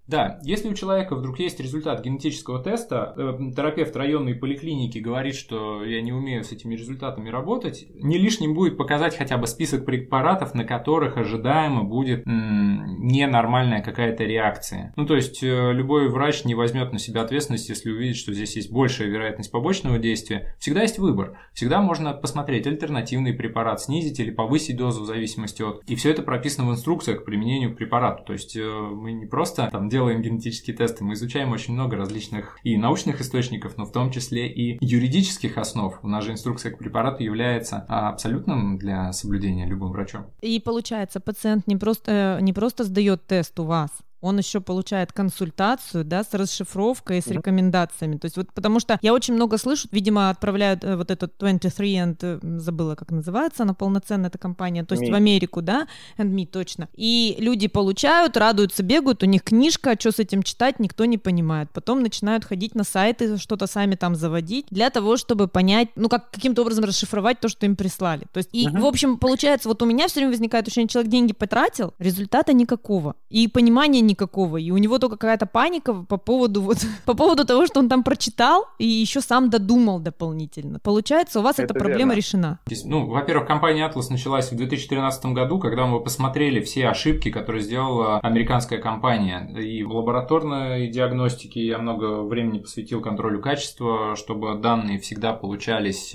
Да, если у человека вдруг есть результат генетического теста, терапевт районной поликлиники говорит, что я не умею с этими результатами работать, не лишним будет показать хотя бы список препаратов, на которых ожидаемо будет ненормальная какая-то реакция. Ну, то есть, любой врач не возьмет на себя ответственность, если увидит, что здесь есть большая вероятность побочного действия. Всегда есть выбор. Всегда можно посмотреть альтернативный препарат, снизить или повысить дозу в зависимости от... И все это прописано в инструкциях к применению к препарату. То есть, мы не просто делаем генетические тесты, мы изучаем очень много различных и научных источников, но в том числе и юридических основ. У нас же инструкция к препарату является абсолютным для соблюдения любым врачом. И получается, пациент не просто сдает тест у вас, он еще получает консультацию, да, с расшифровкой, с рекомендациями. То есть вот потому что я очень много слышу, видимо, отправляют вот этот 23and, забыла, как называется, она полноценная эта компания, то есть в Америку, да, and me, точно. И люди получают, радуются, бегают, у них книжка, а что с этим читать, никто не понимает. Потом начинают ходить на сайты, что-то сами там заводить, для того, чтобы понять, ну, каким-то образом расшифровать то, что им прислали. То есть, и, в общем, получается, вот у меня все время возникает ощущение, человек деньги потратил, результата никакого, и понимания никакого, и у него только какая-то паника по поводу того, что он там прочитал и еще сам додумал дополнительно. Получается, у вас эта проблема решена. Ну, во-первых, компания Atlas началась в 2013 году, когда мы посмотрели все ошибки, которые сделала американская компания. И в лабораторной диагностике я много времени посвятил контролю качества, чтобы данные всегда получались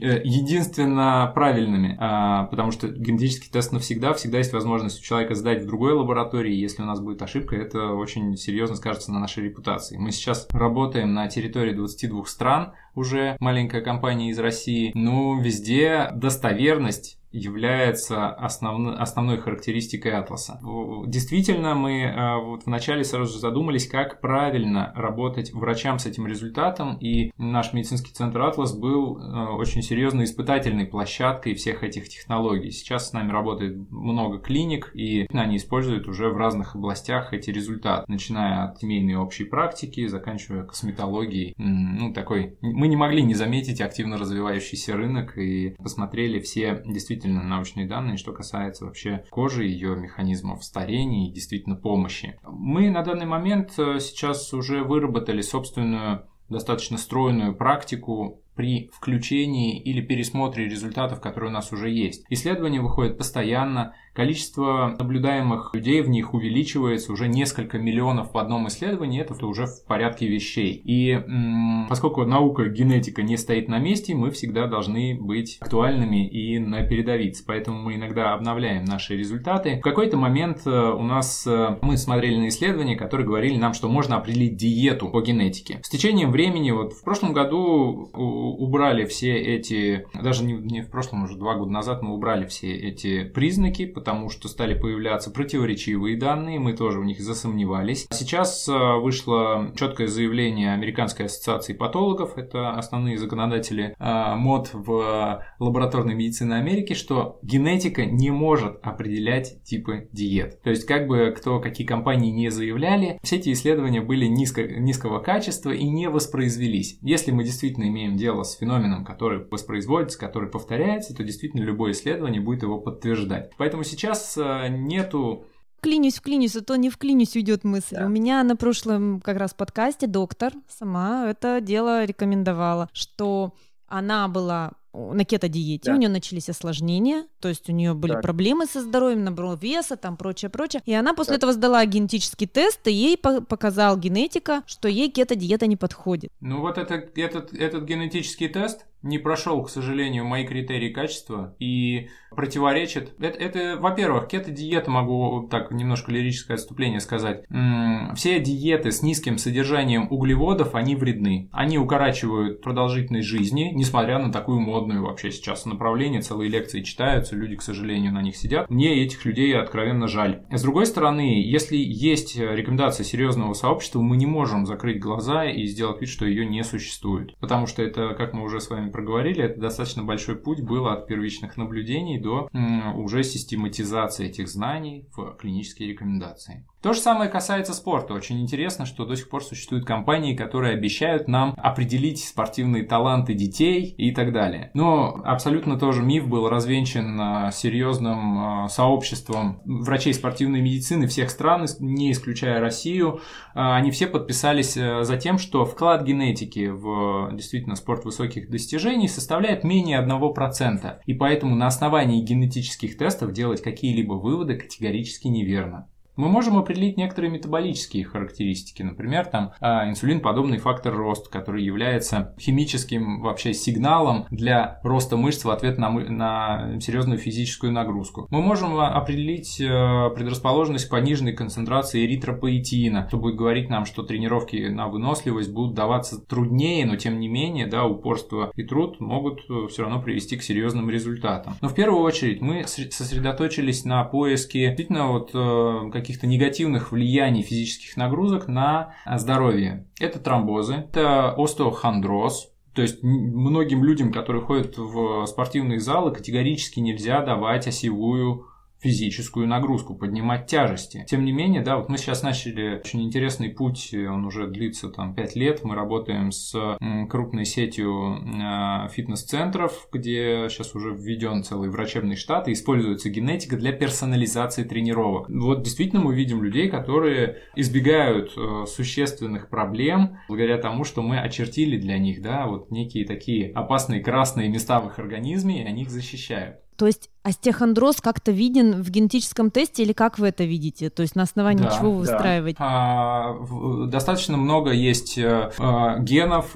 единственно правильными, потому что генетический тест навсегда, всегда есть возможность у человека сдать в другой лаборатории, если у нас будет ошибка, это очень серьезно скажется на нашей репутации. Мы сейчас работаем на территории 22 стран, уже маленькая компания из России, но везде достоверность является основной характеристикой Атласа. Действительно, мы вот вначале сразу же задумались, как правильно работать врачам с этим результатом, и наш медицинский центр Атлас был очень серьезной испытательной площадкой всех этих технологий. Сейчас с нами работает много клиник, и они используют уже в разных областях эти результаты, начиная от семейной общей практики, заканчивая косметологией. Ну, такой... Мы не могли не заметить активно развивающийся рынок, и посмотрели все действительно научные данные, что касается вообще кожи, ее механизмов старения и действительно помощи. Мы на данный момент сейчас уже выработали собственную достаточно стройную практику при включении или пересмотре результатов, которые у нас уже есть. Исследования выходят постоянно, количество наблюдаемых людей в них увеличивается, уже несколько миллионов в одном исследовании, это уже в порядке вещей. И поскольку наука, генетика не стоит на месте, мы всегда должны быть актуальными и на передовице, поэтому мы иногда обновляем наши результаты. В какой-то момент у нас мы смотрели на исследования, которые говорили нам, что можно определить диету по генетике. С течением времени, вот в прошлом году убрали все эти, даже не в прошлом, уже 2 года назад мы убрали все эти признаки, потому что стали появляться противоречивые данные, мы тоже в них засомневались. Сейчас вышло четкое заявление Американской ассоциации патологов, это основные законодатели МОД в лабораторной медицине Америки, что генетика не может определять типы диет. То есть, как бы какие компании не заявляли, все эти исследования были низкого качества и не воспроизвелись. Если мы действительно имеем дело с феноменом, который воспроизводится, который повторяется, то действительно любое исследование будет его подтверждать. Поэтому сейчас нету... Вклинюсь, а то не вклинюсь, уйдет мысль. Да. У меня на прошлом как раз подкасте доктор сама это дело рекомендовала, что она была на кето-диете, да. У нее начались осложнения, то есть у нее были проблемы со здоровьем, набор веса, там прочее. И она после этого сдала генетический тест, и ей показал генетика, что ей кето-диета не подходит. Ну вот этот генетический тест не прошел, к сожалению, мои критерии качества и противоречит. Это во-первых, кето-диета, могу так немножко лирическое отступление сказать. Все диеты с низким содержанием углеводов, они вредны. Они укорачивают продолжительность жизни, несмотря на такую модную вообще сейчас направление, целые лекции читаются, люди, к сожалению, на них сидят. Мне этих людей откровенно жаль. С другой стороны, если есть рекомендация серьезного сообщества, мы не можем закрыть глаза и сделать вид, что ее не существует. Потому что это, как мы уже с вами проговорили, это достаточно большой путь был от первичных наблюдений до уже систематизации этих знаний в клинические рекомендации. То же самое касается спорта. Очень интересно, что до сих пор существуют компании, которые обещают нам определить спортивные таланты детей и так далее. Но абсолютно тоже миф был развенчан серьезным сообществом врачей спортивной медицины всех стран, не исключая Россию. Они все подписались за тем, что вклад генетики в действительно спорт высоких достижений составляет менее 1%. И поэтому на основании генетических тестов делать какие-либо выводы категорически неверно. Мы можем определить некоторые метаболические характеристики, например, там инсулинподобный фактор роста, который является химическим вообще сигналом для роста мышц в ответ на серьезную физическую нагрузку. Мы можем определить предрасположенность к пониженной концентрации эритропоэтина, что будет говорить нам, что тренировки на выносливость будут даваться труднее, но тем не менее, упорство и труд могут все равно привести к серьезным результатам. Но в первую очередь мы сосредоточились на поиске действительно каких-то негативных влияний физических нагрузок на здоровье. Это тромбозы, это остеохондроз. То есть многим людям, которые ходят в спортивные залы, категорически нельзя давать осевую физическую нагрузку, поднимать тяжести. Тем не менее, вот мы сейчас начали очень интересный путь, он уже длится 5 лет. Мы работаем с крупной сетью фитнес-центров, где сейчас уже введен целый врачебный штат и используется генетика для персонализации тренировок. Действительно мы видим людей, которые избегают существенных проблем благодаря тому, что мы очертили для них, некие такие опасные красные места в их организме, и они их защищают. То есть остеохондроз как-то виден в генетическом тесте или как вы это видите? То есть на основании чего вы выстраиваете? Достаточно много есть генов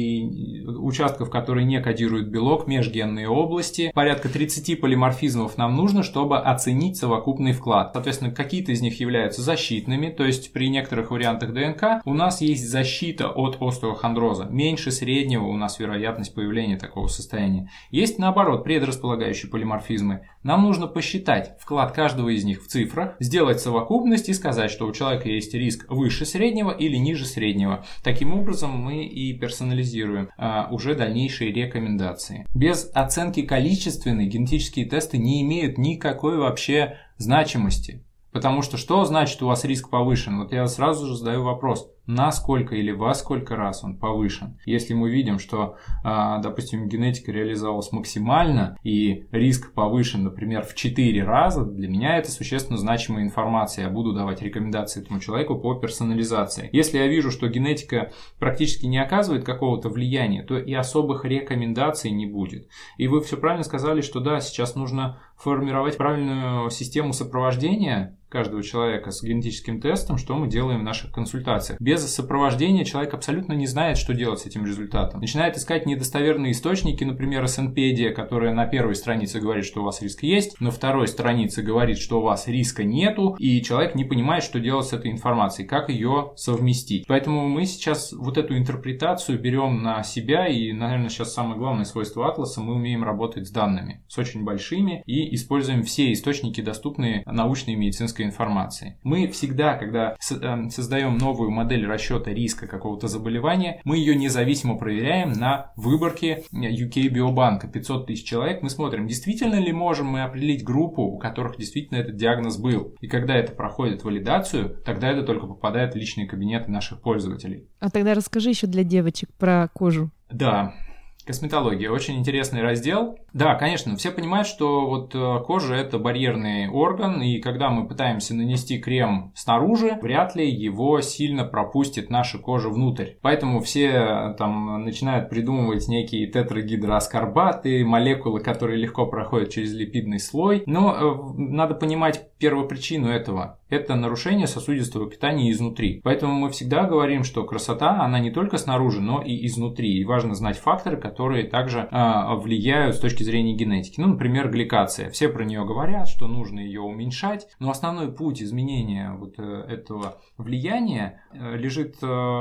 и участков, которые не кодируют белок, межгенные области. Порядка 30 полиморфизмов нам нужно, чтобы оценить совокупный вклад. Соответственно, какие-то из них являются защитными, то есть при некоторых вариантах ДНК у нас есть защита от остеохондроза. Меньше среднего у нас вероятность появления такого состояния. Есть, наоборот, предрасполагающие полиморфизмы. Нам нужно посчитать вклад каждого из них в цифрах, сделать совокупность и сказать, что у человека есть риск выше среднего или ниже среднего. Таким образом мы и персонализируем уже дальнейшие рекомендации. Без оценки количественной генетические тесты не имеют никакой вообще значимости. Потому что значит у вас риск повышен? Я сразу же задаю вопрос. Насколько или во сколько раз он повышен? Если мы видим, что, допустим, генетика реализовалась максимально и риск повышен, например, в 4 раза, для меня это существенно значимая информация. Я буду давать рекомендации этому человеку по персонализации. Если я вижу, что генетика практически не оказывает какого-то влияния, то и особых рекомендаций не будет. И вы все правильно сказали, что сейчас нужно формировать правильную систему сопровождения каждого человека с генетическим тестом, что мы делаем в наших консультациях. Без сопровождения человек абсолютно не знает, что делать с этим результатом. Начинает искать недостоверные источники, например, СНПедия, которая на первой странице говорит, что у вас риск есть, на второй странице говорит, что у вас риска нету, и человек не понимает, что делать с этой информацией, как ее совместить. Поэтому мы сейчас эту интерпретацию берем на себя, и, наверное, сейчас самое главное свойство Атласа, мы умеем работать с данными, с очень большими, и используем все источники, доступные научной и медицинской информации. Мы всегда, когда создаем новую модель расчета риска какого-то заболевания, мы ее независимо проверяем на выборке UK Биобанка. 500 тысяч человек. Мы смотрим, действительно ли можем мы определить группу, у которых действительно этот диагноз был. И когда это проходит валидацию, тогда это только попадает в личные кабинеты наших пользователей. А тогда расскажи еще для девочек про кожу. Да. Косметология. Очень интересный раздел. Да, конечно, все понимают, что кожа – это барьерный орган, и когда мы пытаемся нанести крем снаружи, вряд ли его сильно пропустит наша кожа внутрь. Поэтому все начинают придумывать некие тетрагидроаскорбаты, молекулы, которые легко проходят через липидный слой. Но надо понимать первопричину этого. Это нарушение сосудистого питания изнутри. Поэтому мы всегда говорим, что красота, она не только снаружи, но и изнутри. И важно знать факторы, которые также влияют с точки зрения генетики. Например, гликация. Все про нее говорят, что нужно ее уменьшать, но основной путь изменения этого влияния лежит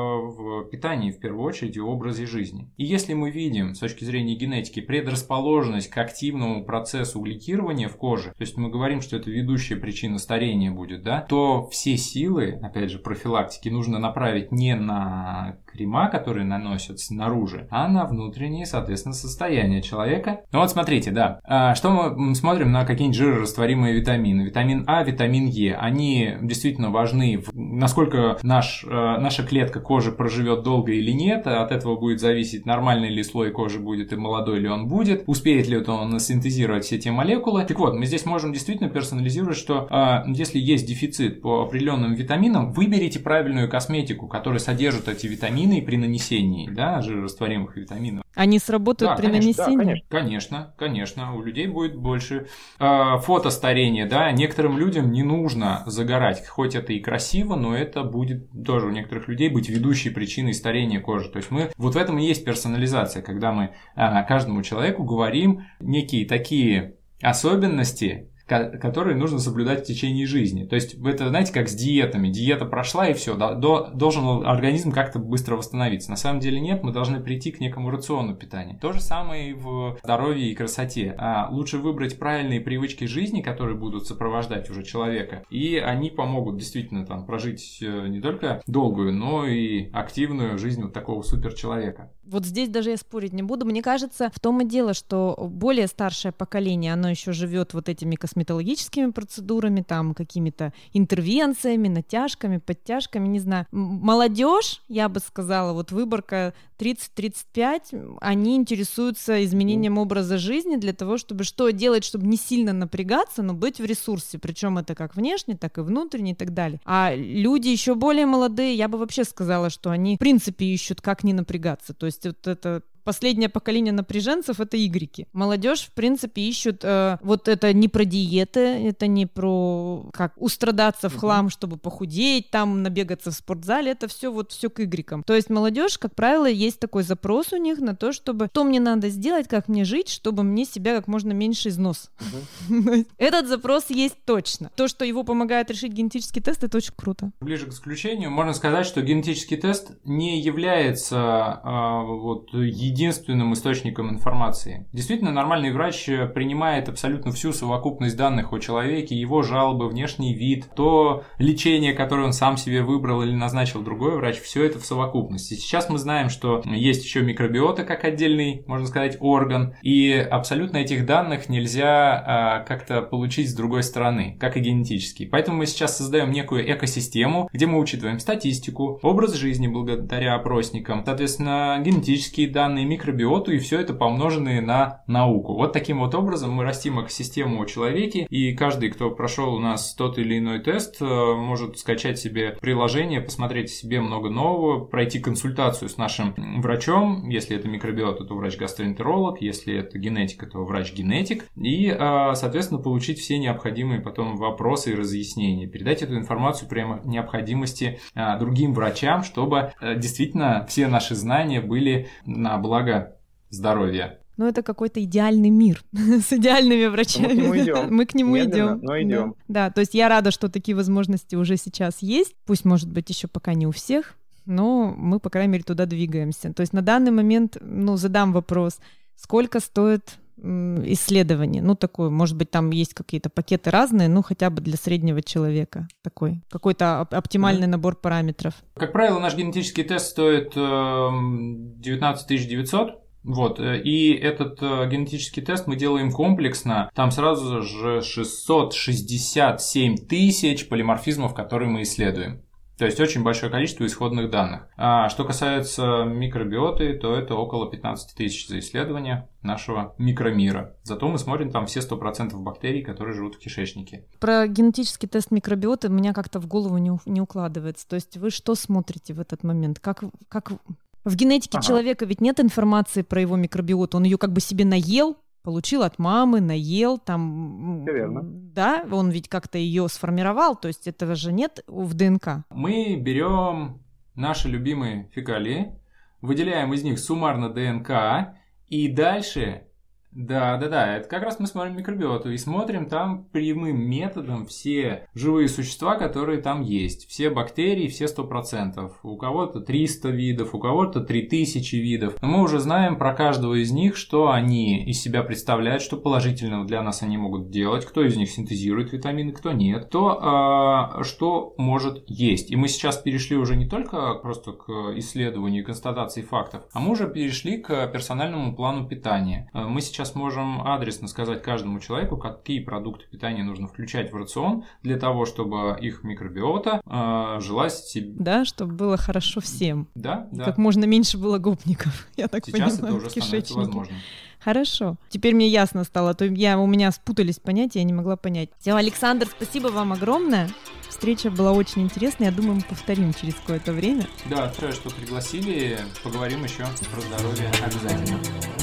в питании, в первую очередь, и в образе жизни. И если мы видим с точки зрения генетики предрасположенность к активному процессу гликирования в коже, то есть мы говорим, что это ведущая причина старения будет, да, то все силы, опять же, профилактики нужно направить не на крема, которые наносят снаружи, а на внутреннее, соответственно, состояние человека. Ну вот смотрите, да, что мы смотрим на какие-нибудь жирорастворимые витамины. Витамин А, витамин Е, они действительно важны, насколько наша клетка кожи проживет долго или нет, от этого будет зависеть, нормальный ли слой кожи будет и молодой ли он будет, успеет ли он синтезировать все те молекулы. Так вот, мы здесь можем действительно персонализировать, что если есть дефицит по определенным витаминам, выберите правильную косметику, которая содержит эти витамины при нанесении, да, жирорастворимых витаминов. Они сработают при нанесении? Да, конечно. У людей будет больше фотостарения, да. Некоторым людям не нужно загорать, хоть это и красиво, но это будет тоже у некоторых людей быть ведущей причиной старения кожи. То есть вот в этом и есть персонализация, когда мы каждому человеку говорим некие такие особенности, которые нужно соблюдать в течение жизни. То есть, это, знаете, как с диетами. Диета прошла, и все, должен организм как-то быстро восстановиться. На самом деле нет, мы должны прийти к некому рациону питания. То же самое и в здоровье и красоте. Лучше выбрать правильные привычки жизни, которые будут сопровождать уже человека, и они помогут действительно прожить не только долгую, но и активную жизнь вот такого суперчеловека. Вот здесь даже я спорить не буду. Мне кажется, в том и дело, что более старшее поколение, оно еще живет вот этими косметологическими процедурами, там какими-то интервенциями, натяжками, подтяжками, не знаю. Молодежь, я бы сказала, вот выборка 30-35, они интересуются изменением образа жизни для того, чтобы что делать, чтобы не сильно напрягаться, но быть в ресурсе. Причем это как внешне, так и внутренне и так далее. А люди еще более молодые, я бы вообще сказала, что они в принципе ищут, как не напрягаться. То есть вот это последнее поколение напряженцев — это игреки. Молодежь, в принципе, ищут вот это не про диеты, это не про как устрадаться в хлам, чтобы похудеть, там набегаться в спортзале, это все вот все к игрекам. То есть молодежь, как правило, есть такой запрос у них на то, чтобы что мне надо сделать, как мне жить, чтобы мне себя как можно меньше износ. Этот запрос есть точно. То, что его помогает решить генетический тест, это очень круто. Ближе к исключению можно сказать, что генетический тест не является единственным источником информации. Действительно, нормальный врач принимает абсолютно всю совокупность данных о человеке, его жалобы, внешний вид, то лечение, которое он сам себе выбрал или назначил другой врач, все это в совокупности. Сейчас мы знаем, что есть еще микробиота как отдельный, можно сказать, орган, и абсолютно этих данных нельзя как-то получить с другой стороны, как и генетически. Поэтому мы сейчас создаем некую экосистему, где мы учитываем статистику, образ жизни благодаря опросникам, соответственно, генетические данные, микробиоту, и все это помноженные на науку. Вот таким вот образом мы растим экосистему о человеке, и каждый, кто прошел у нас тот или иной тест, может скачать себе приложение, посмотреть в себе много нового, пройти консультацию с нашим врачом, если это микробиота, то врач-гастроэнтеролог, если это генетика, то врач-генетик, и, соответственно, получить все необходимые потом вопросы и разъяснения, передать эту информацию прямо необходимости другим врачам, чтобы действительно все наши знания были на благо здоровья. Ну, это какой-то идеальный мир с идеальными врачами. Мы к нему идем. Но идем. Да, то есть я рада, что такие возможности уже сейчас есть. Пусть, может быть, еще пока не у всех, но мы, по крайней мере, туда двигаемся. То есть на данный момент, задам вопрос, сколько стоит исследование? Такое, может быть, там есть какие-то пакеты разные, хотя бы для среднего человека такой, какой-то оптимальный набор параметров. Как правило, наш генетический тест стоит 19 900. И этот генетический тест мы делаем комплексно. Там сразу же 667 тысяч полиморфизмов, которые мы исследуем. То есть очень большое количество исходных данных. А что касается микробиоты, то это около 15 тысяч за исследование нашего микромира. Зато мы смотрим там все 100% бактерий, которые живут в кишечнике. Про генетический тест микробиоты у меня как-то в голову не укладывается. То есть вы что смотрите в этот момент? Как... В генетике человека ведь нет информации про его микробиоту. Он ее как бы себе наел, получил от мамы, наел, там... Верно. Да, он ведь как-то ее сформировал, то есть этого же нет в ДНК. Мы берем наши любимые фекалии, выделяем из них суммарно ДНК, и дальше Да, это как раз мы смотрим микробиоту и смотрим там прямым методом все живые существа, которые там есть. Все бактерии, все 100%. У кого-то 300 видов, у кого-то 3000 видов. Но мы уже знаем про каждого из них, что они из себя представляют, что положительного для нас они могут делать, кто из них синтезирует витамины, кто нет, кто что может есть. И мы сейчас перешли уже не только просто к исследованию и констатации фактов, а мы уже перешли к персональному плану питания. Мы сейчас можем адресно сказать каждому человеку, какие продукты питания нужно включать в рацион для того, чтобы их микробиота жила себе. Да, чтобы было хорошо всем. Да. Как можно меньше было гопников, я так сейчас понимаю, это уже в кишечнике. становится возможным. Хорошо. Теперь мне ясно стало. То у меня спутались понятия, я не могла понять. Все, Александр, спасибо вам огромное. Встреча была очень интересная. Я думаю, мы повторим через какое-то время. Да, что пригласили. Поговорим еще про здоровье обязательно.